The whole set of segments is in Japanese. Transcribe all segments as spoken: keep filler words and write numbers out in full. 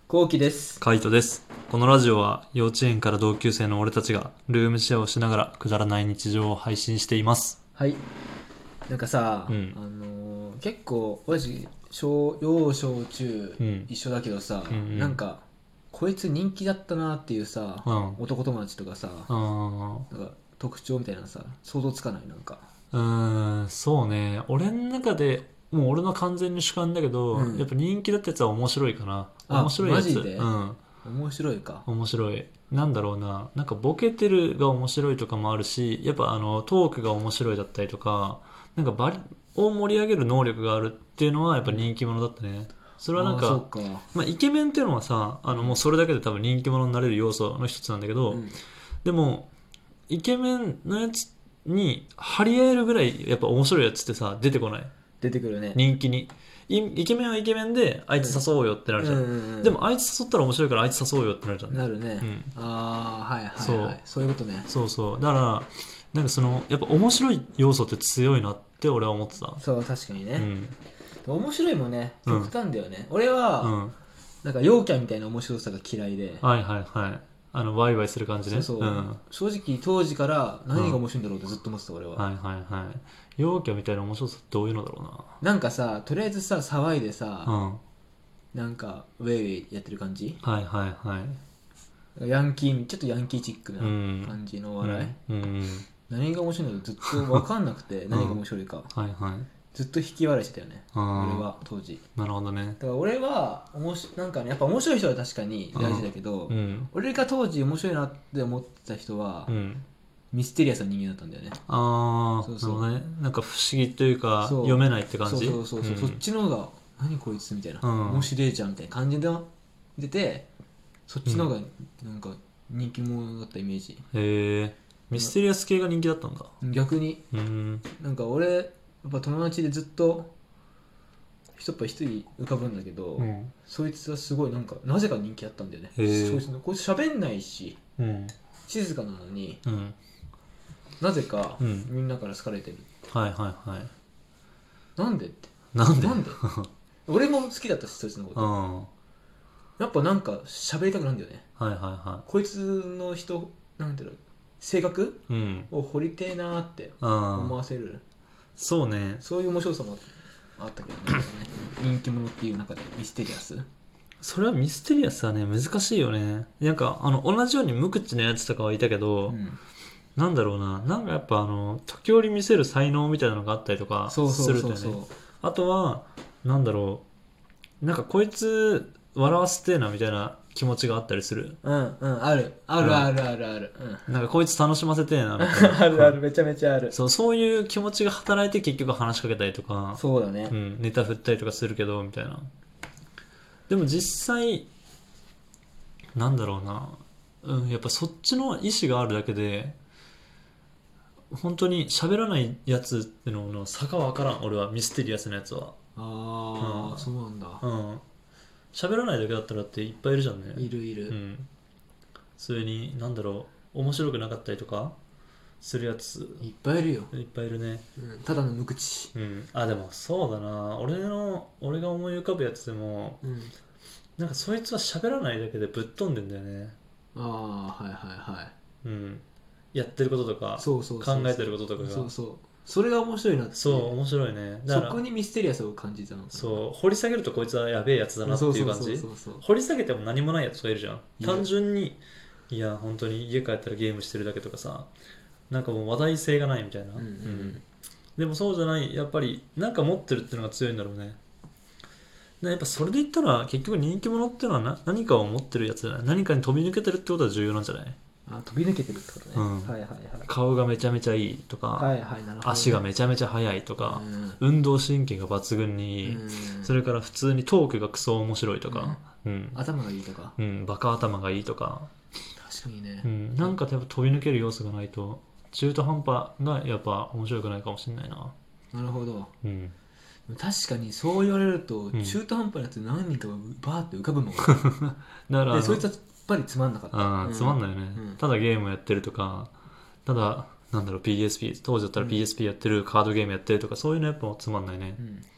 こうきです。 カイトです。このラジオは幼稚園から同級生の俺たちがルームシェアをしながらくだらない日常を配信しています。 はい。なんかさ、 うんあのー結構親父小幼小中うん一緒だけどさ、 うんうんなんかこいつ人気だったなっていうさ、 うん男友達とかさ、 うーんうなんか特徴みたいなさ想像つかない？なんかーんそうね、俺の中でもう俺の完全に主観だけど、 うんやっぱ人気だったやつは面白いかな。面あ白いやつ。 マジでうん面白いか。 面白い。なんだろうな、なんかボケてるが面白いとかもあるし、やっぱあのトークが面白いだったりとか、なんかバリを盛り上げる能力があるっていうのはやっぱ人気者だったね。それはなんか、 あーそうか。 まあ、イケメンっていうのはさ、あのもうそれだけで多分人気者になれる要素の一つなんだけど、 うんでもイケメンのやつに張り合えるぐらいやっぱ面白いやつってさ出てこない？ 出てくるね。 人気にイイケメンはイケメンであいつ誘おうよってなるじゃん、 うんうんうんでもあいつ誘ったら面白いからあいつ誘おうよってなるじゃん。 なるね。 うんああはいはいそうはい。そういうことね。 そうそうだからなんかそのやっぱ面白い要素って強いなって俺は思ってた。 そう確かにね。 うん面白いもんね。 うん極端だよね。俺は、 うんなんか陽キャみたいな面白さが嫌いで、 はいはいはいあのワイワイする感じね。 そうそう、 ん、 正直当時から何が面白いんだろうってずっと思ってた俺は、 はいはいはい陽キャみたいな面白さってどういうのだろなんかさとりあえずさ騒いでうさ、 な。うんなんかウェイウェイやってる感じ、 はいはいはいヤンキーちょっとヤンキーチックなうん感じのお笑い、 うん、うん、 何が面白いのかずっと分かんなくて何が面白いか、 はいはいずっと引き笑いしてたよねあー俺は当時。 なるほどね。 だから俺はおもしなんかねやっぱ面白い人は確かに大事だけど、 うん俺が当時面白いなって思ってた人は、 うんミステリアスな人間だったんだよね。 ああそうそうなるほどね。なんか不思議というかそう読めないって感じ。 そうそうそうそう、 んそっちの方が何こいつみたいな、 うん面白いじゃんみたいな感じで出て、そっちの方がなんか人気者だったイメージ、 へえミステリアス系が人気だったんだ。 逆にうんなんか俺やっぱ友達でずっと一っぱ一人浮かぶんだけど、 うんそいつはすごいなんかなぜか人気あったんだよね。 へーそいつのこいつ喋んないしうん静かなのにうんなぜかうんみんなから好かれてる、 はいはいはいなんでってなんでなんで俺も好きだったしそいつのこうんと、 はやっぱなんか喋りたくなるんだよね。 いはいはこいつの人なんていうの性格いうんを掘りてえなーってああ思わせる、 そうね。 そういう面白さもあったけどね人気者っていう中でミステリアス、 それはミステリアスはね難しいよね。なんかあの同じように無口なやつとかはいたけど、 うん、 なんだろうな、なんかやっぱあの時折見せる才能みたいなのがあったりとかそうするとよね。 そうそうそうあとはなんだろう、なんかこいつ笑わせてえなみたいな気持ちがあったりする。 うんうんあるあるあるあるある、うん、 なんかこいつ楽しませてえなみたいなあるあるめちゃめちゃある。 そうそういう気持ちが働いて結局話しかけたりとか、 そうだね、 うん、ネタ振ったりとかするけどみたいな。でも実際なんだろうな、うん、やっぱそっちの意思があるだけで本当に喋らないやつってのの差が分からん。俺はミステリアスなやつはああ、 うんそうなんだ、 うん喋らないだけだったらっていっぱいいるじゃんね。 いるいる、 うんそれになんだろう、面白くなかったりとかするやついっぱいいるよ、 いっぱいいるね。 うん、ただの無口、 うんあでもそうだな、俺の俺が思い浮かぶやつでもうん、 なんかそいつは喋らないだけでぶっ飛んでんだよね。 ああはいはいはい、 うんやってることとかそうそうそうそう考えてることとかがそうそうそれが面白いなって、 そう面白いね。だからそこにミステリアスを感じたのかな。 そう掘り下げるとこいつはやべえやつだなっていう感じ。 そうそうそうそう掘り下げても何もないやつがいるじゃん。 いる単純にいや本当に家帰ったらゲームしてるだけとかさ、なんかもう話題性がないみたいな、 うんうんうんでもそうじゃない、やっぱりなんか持ってるっていうのが強いんだろうね。でやっぱそれで言ったら結局人気者っていうのはな何かを持ってるやつじゃない。何かに飛び抜けてるってことは重要なんじゃない。 あ飛び抜けてるってことね、 うんはいはいはい顔がめちゃめちゃいいとか、 はいはいなるほどね、 足がめちゃめちゃ速いとか、 うん運動神経が抜群にいい、 うんそれから普通にトークがクソ面白いとか、うん頭がいいとか、 うん、バカ頭がいいとか、 確かにね、 うん、なんかやっぱ飛び抜ける要素がないと中途半端がやっぱ面白くないかもしれないな。 なるほど。 うん確かにそう言われると、 ん中途半端なやつ何人かがバーって浮かぶもんだからあのでそいつはやっぱりつまんなかった、 あーつまんないよね、 うんただゲームやってるとか、ただなんだろう ピーエスピー 当時だったら ピーエスピー やってる、カードゲームやってるとかそういうのやっぱつまんないね。 うん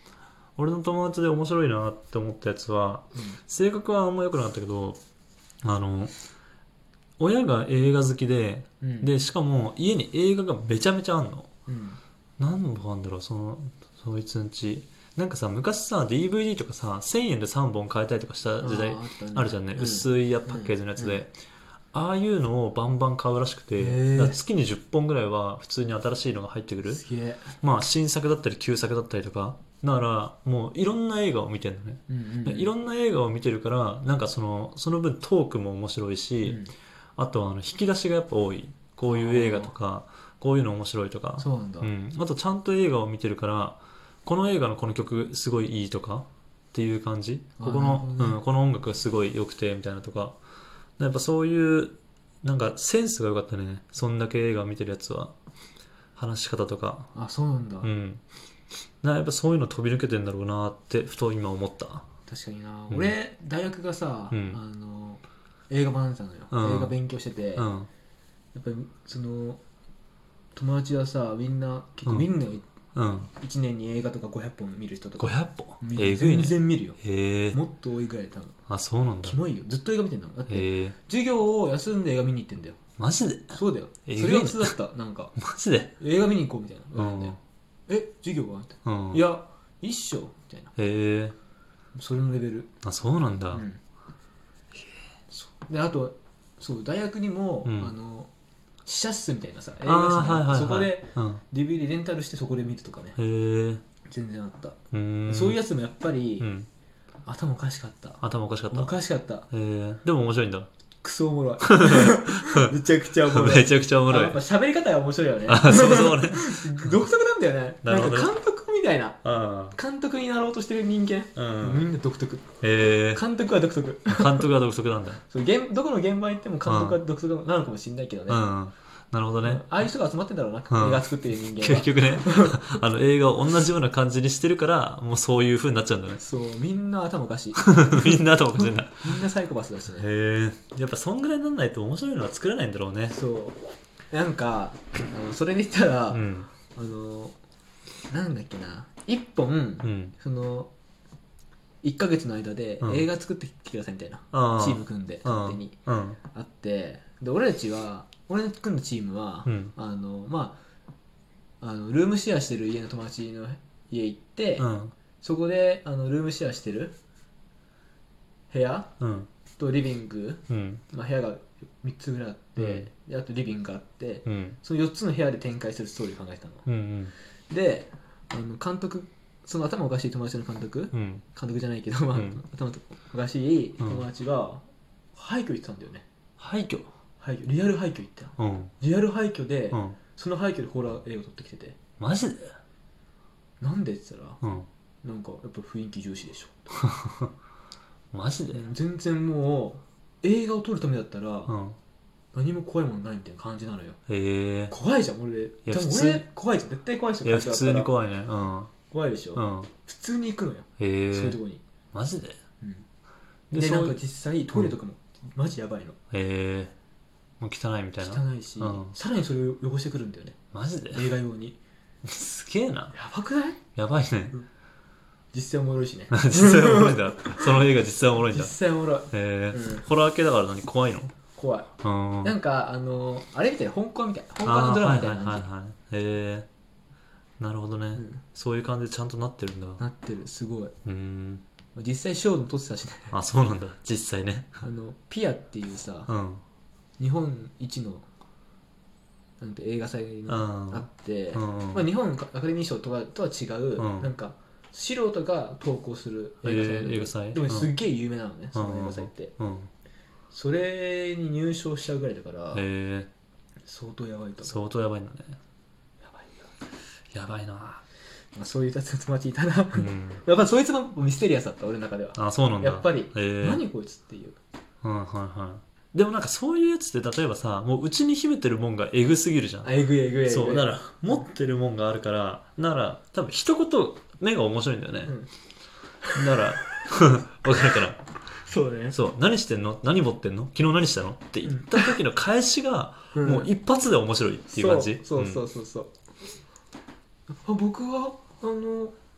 俺の友達で面白いなって思ったやつは、 うん性格はあんま良くなかったけど、あの親が映画好きで、 うんでしかも家に映画がめちゃめちゃあんの。 うん何本あんだろう、そのそいつんち。なんかさ、昔さ ディーブイディー とかさせんえんでさんぼん買えたりとかした時代あーあったねあるじゃんね、 うん薄いやパッケージのやつで、 うんああいうのをバンバン買うらしくて、 へーだから月にじゅっぽんぐらいは普通に新しいのが入ってくる。 すげえまあ新作だったり旧作だったりとか、だからもういろんな映画を見てるのね、 うんうんいろんな映画を見てるからなんかそのその分トークも面白いし、 うんあとはあの引き出しがやっぱ多い。こういう映画とかこういうの面白いとか、 そうなんだ、 うん、あとちゃんと映画を見てるからこの映画のこの曲すごいいいとかっていう感じ、ここの、 あーなるほどねうん、この音楽がすごい良くてみたいなとか、やっぱそういうなんかセンスが良かったね、そんだけ映画を見てるやつは。話し方とか、 あそうなんだ、 うん、なやっぱそういうの飛び抜けてんだろうなってふと今思った。 確かにな、 うん俺大学がさ、 うんあの映画学んでたのよ、 うん映画勉強してて、やうんっぱりその友達はさみんな結構うん見んのよ、 うんいちねんに映画とかごひゃっぽん見る人とかごひゃっぽん見るえぐいね。 全然見るよ、 へえ。 もっと多いぐらい多分あ、そうなんだ。 キモいよ、ずっと映画見てんのだってへえ。 授業を休んで映画見に行ってんだよ。 マジでそうだよ、 えぐいねそれが普通だったなんかマジで。 映画見に行こうみたいな、 うんなんだよえ授業はって、 うん。 いや一緒みたいな、 へえ。 それのレベル、 あ、そうなんだ。 うんそうであとそう大学にも、 うんあの試写室みたいなさ映あ画室ーはいはいはい。 そこでうん。 ディーブイディー レンタルしてそこで見るとかねへえ。 全然あった、 うーん。 そういうやつもやっぱり、 うん。 頭おかしかった頭おかしかった。 おかしかったへえ。でも面白いんだ。 クソおもろいめちゃくちゃおもろいめちゃくちゃおもろいあやっぱ。喋り方が面白いよねあ、そうそうね。 独特なんだよねなるほどねんか監督みたいなあ監督になろうとしてる人間、 あ。うみん。 んな独特へえ。 監督は独特監督が独特なんだ。 そう現どこの現場行っても監督は独特なのかもしれないけどね、 うん。なるほどね。 ああいう人が集まってんだろうな、 うん映画作ってる人間は結局ね、あの映画を同じような感じにしてるから、もうそういう風になっちゃうんだね。 そうみんな頭おかしいみんな頭おかしいんだ。 みんなサイコパスだしねへえ。やっぱそんぐらいになんないと面白いのは作れないんだろうね。 そうなんかあのそれで言ったら、 うん。 あのなんだっけな一本、 うん。 そのいっかげつの間でうん映画作ってきてくださいみたいな、 ああ。 チーム組んで勝手にうん。 あってで俺たちは俺の組んだチームは、 うん。 あのまああのルームシェアしてる家の友達の家行って、 うん。 そこであのルームシェアしてる部屋うん。 とリビング、 うん。 まあ、部屋がみっつぐらいあって、であとリビングがあってうん。 そのよっつの部屋で展開するストーリーを考えてたのうん。 であの監督その頭おかしい友達の監督うん。 監督じゃないけど、まあうん頭おかしい友達が廃墟行ってたんだよね廃墟。 廃墟リアル廃墟行ってたうん。 リアル廃墟で、 うん。 その廃墟でホラー映画撮ってきててマジで。 なんでって言ったらうん。 なんかやっぱ雰囲気重視でしょマジで。 全然もう映画を撮るためだったらうん。 何も怖いものないみたいな感じなのよへえ。 怖いじゃん俺やでも普通俺怖いじゃん絶対怖いでしょいや、普通にい怖いね。うん。 怖いでしょ、 うん。 普通に行くのよ、 へえそういうと。こに、 マジで。 うんでそうでなんか実際トイレとかもマジやばいの、 へえ。もう汚いみたいな。 汚いし、 うんさらにそれを汚してくるんだよねマジで。 映画用にすげえな。 やばくないやばいね。 実際おもろいしね実際おもろいんだ。その映画実際おもろいんだ。 実際おもろいへえうん。 ホラー系だから何怖いの？ 怖いうん。 なんかあのあれみたいな香港みたいな香港あーのドラマみたいはいな感じ、 はいはいはい。へえ。なるほどね、 うんそういう感じでちゃんとなってるんだ。 なってるすごいうん。 実際ショーも撮ってたしねあ、そうなんだ。実際ね。 あのピアっていうさうん。 日本一のなんて映画祭うがん。 あって、 うん。 まあ、日本アカデミー賞とはとは違う、 うんなんか素人が投稿する映画祭なんだけどえー映画祭でもすっうんげえ有名なのね、その映画祭って、 うん。 それに入賞しちゃうぐらいだから、 へえ。 相当やばいと思う相当やばいんだね。 やばいよ、 やばいな。 まあ、そういうやつの友達いたなうん。 やっぱそいつもミステリアスだった俺の中では、 あ、そうなんだ。 やっぱり、 へえ。 何こいつっていううんはいはい。でもなんかそういうやつって例えばさ、もううちに秘めてるもんがエグすぎるじゃん。 あえぐいえぐいえぐいそう、だから持ってるもんがあるから、なら多分一言目が面白いんだよね。 うん、 なら、わかるから。 そうねそう、何してんの何持ってんの昨日何したのって言った時の返しが、 うんもう一発で面白いっていう感じ。 そうそうそうそうそう、あ僕はあの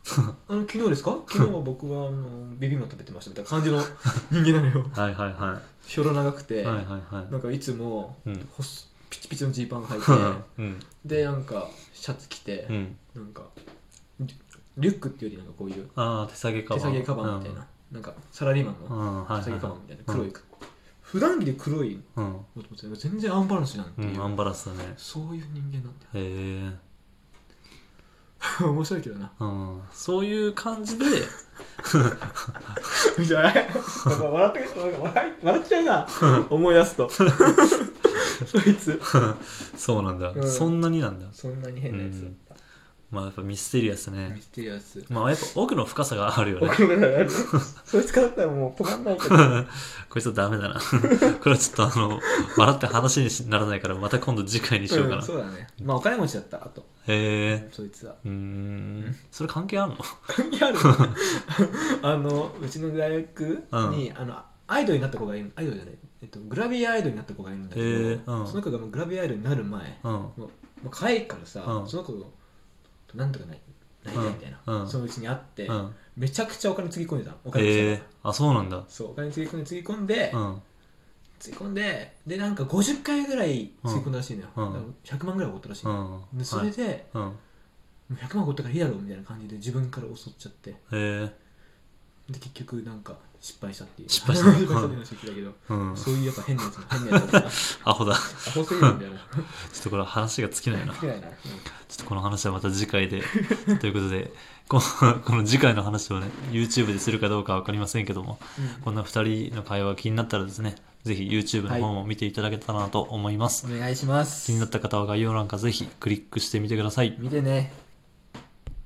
あの昨日ですか昨日は僕はあのビビンバ食べてましたみたいな感じの人間なのよ。 はいはいはひょろ長くて、 いはいはいはいなんかいつも、 うんほすピチピチのジーパン履いてうんでなんかシャツ着て、 うんなんかリリュックっていうよりなんかこういうああ手提げカバン手提げカバンみたいな、なんかサラリーマンうのんはいはい手提げカバンはみたいな黒い、普段着で黒いいうんのと思って全然アンバランスなんていう、 うんアンバランスだねそういう人間なんだよ。 へえ面白いけどな。 うんそういう感じでじゃあ笑って笑い笑っちゃうな思い出すとそいつそうなんだ、 うんそんなになんだそんなに変なやつだった、 まあやっぱミステリアスミねステリアス。 まあやっぱ奥の深さがあるよね僕の中でそいつからだったらもう止まんないけどこいつはダメだなこれはちょっとあの笑って話にならないからまた今度次回にしようかな、 うん、そうだね。まあお金持ちだったあとへえそいつはうーんそれ関係あるの関係あるあのうちの大学に、 うあのアイドルになった子がいるアイドルじゃない、えっと、グラビアアイドルになった子がいるんだけど、 へーうんその子がもうグラビアアイドルになる前うんもうもう可愛いからさ、 うんその子となんとかないなりたいみたいな、 うんうんそのうちに会って、 うんめちゃくちゃお金つぎ込んでたお金持ちだへえからあそうなんだそうお金つぎ込んでつぎ込んで、 うんつぎ込んででなんかごじゅっかいぐらいつぎ込んだらしいのよ、 うんだからひゃくまんぐらいおごったらしいうの、 んでそれで、 うんもうひゃくまんおごったからいいだろうみたいな感じで自分から襲っちゃってへえで結局なんか失敗したっていう失敗した失敗したって話聞いたけど、 うんそういうやっぱ変なやつも変なやつだったアホだアホすぎるんだよなちょっとこれ話が尽きないな好きないな、 ちょっとこの話はまた次回でということでこのこの次回の話をね YouTube でするかどうか分かりませんけどもうんこんなふたりの会話が気になったらですねぜひ YouTube の方も見ていただけたらなと思います、 お願いします。 気になった方は概要欄からぜひクリックしてみてください見てね。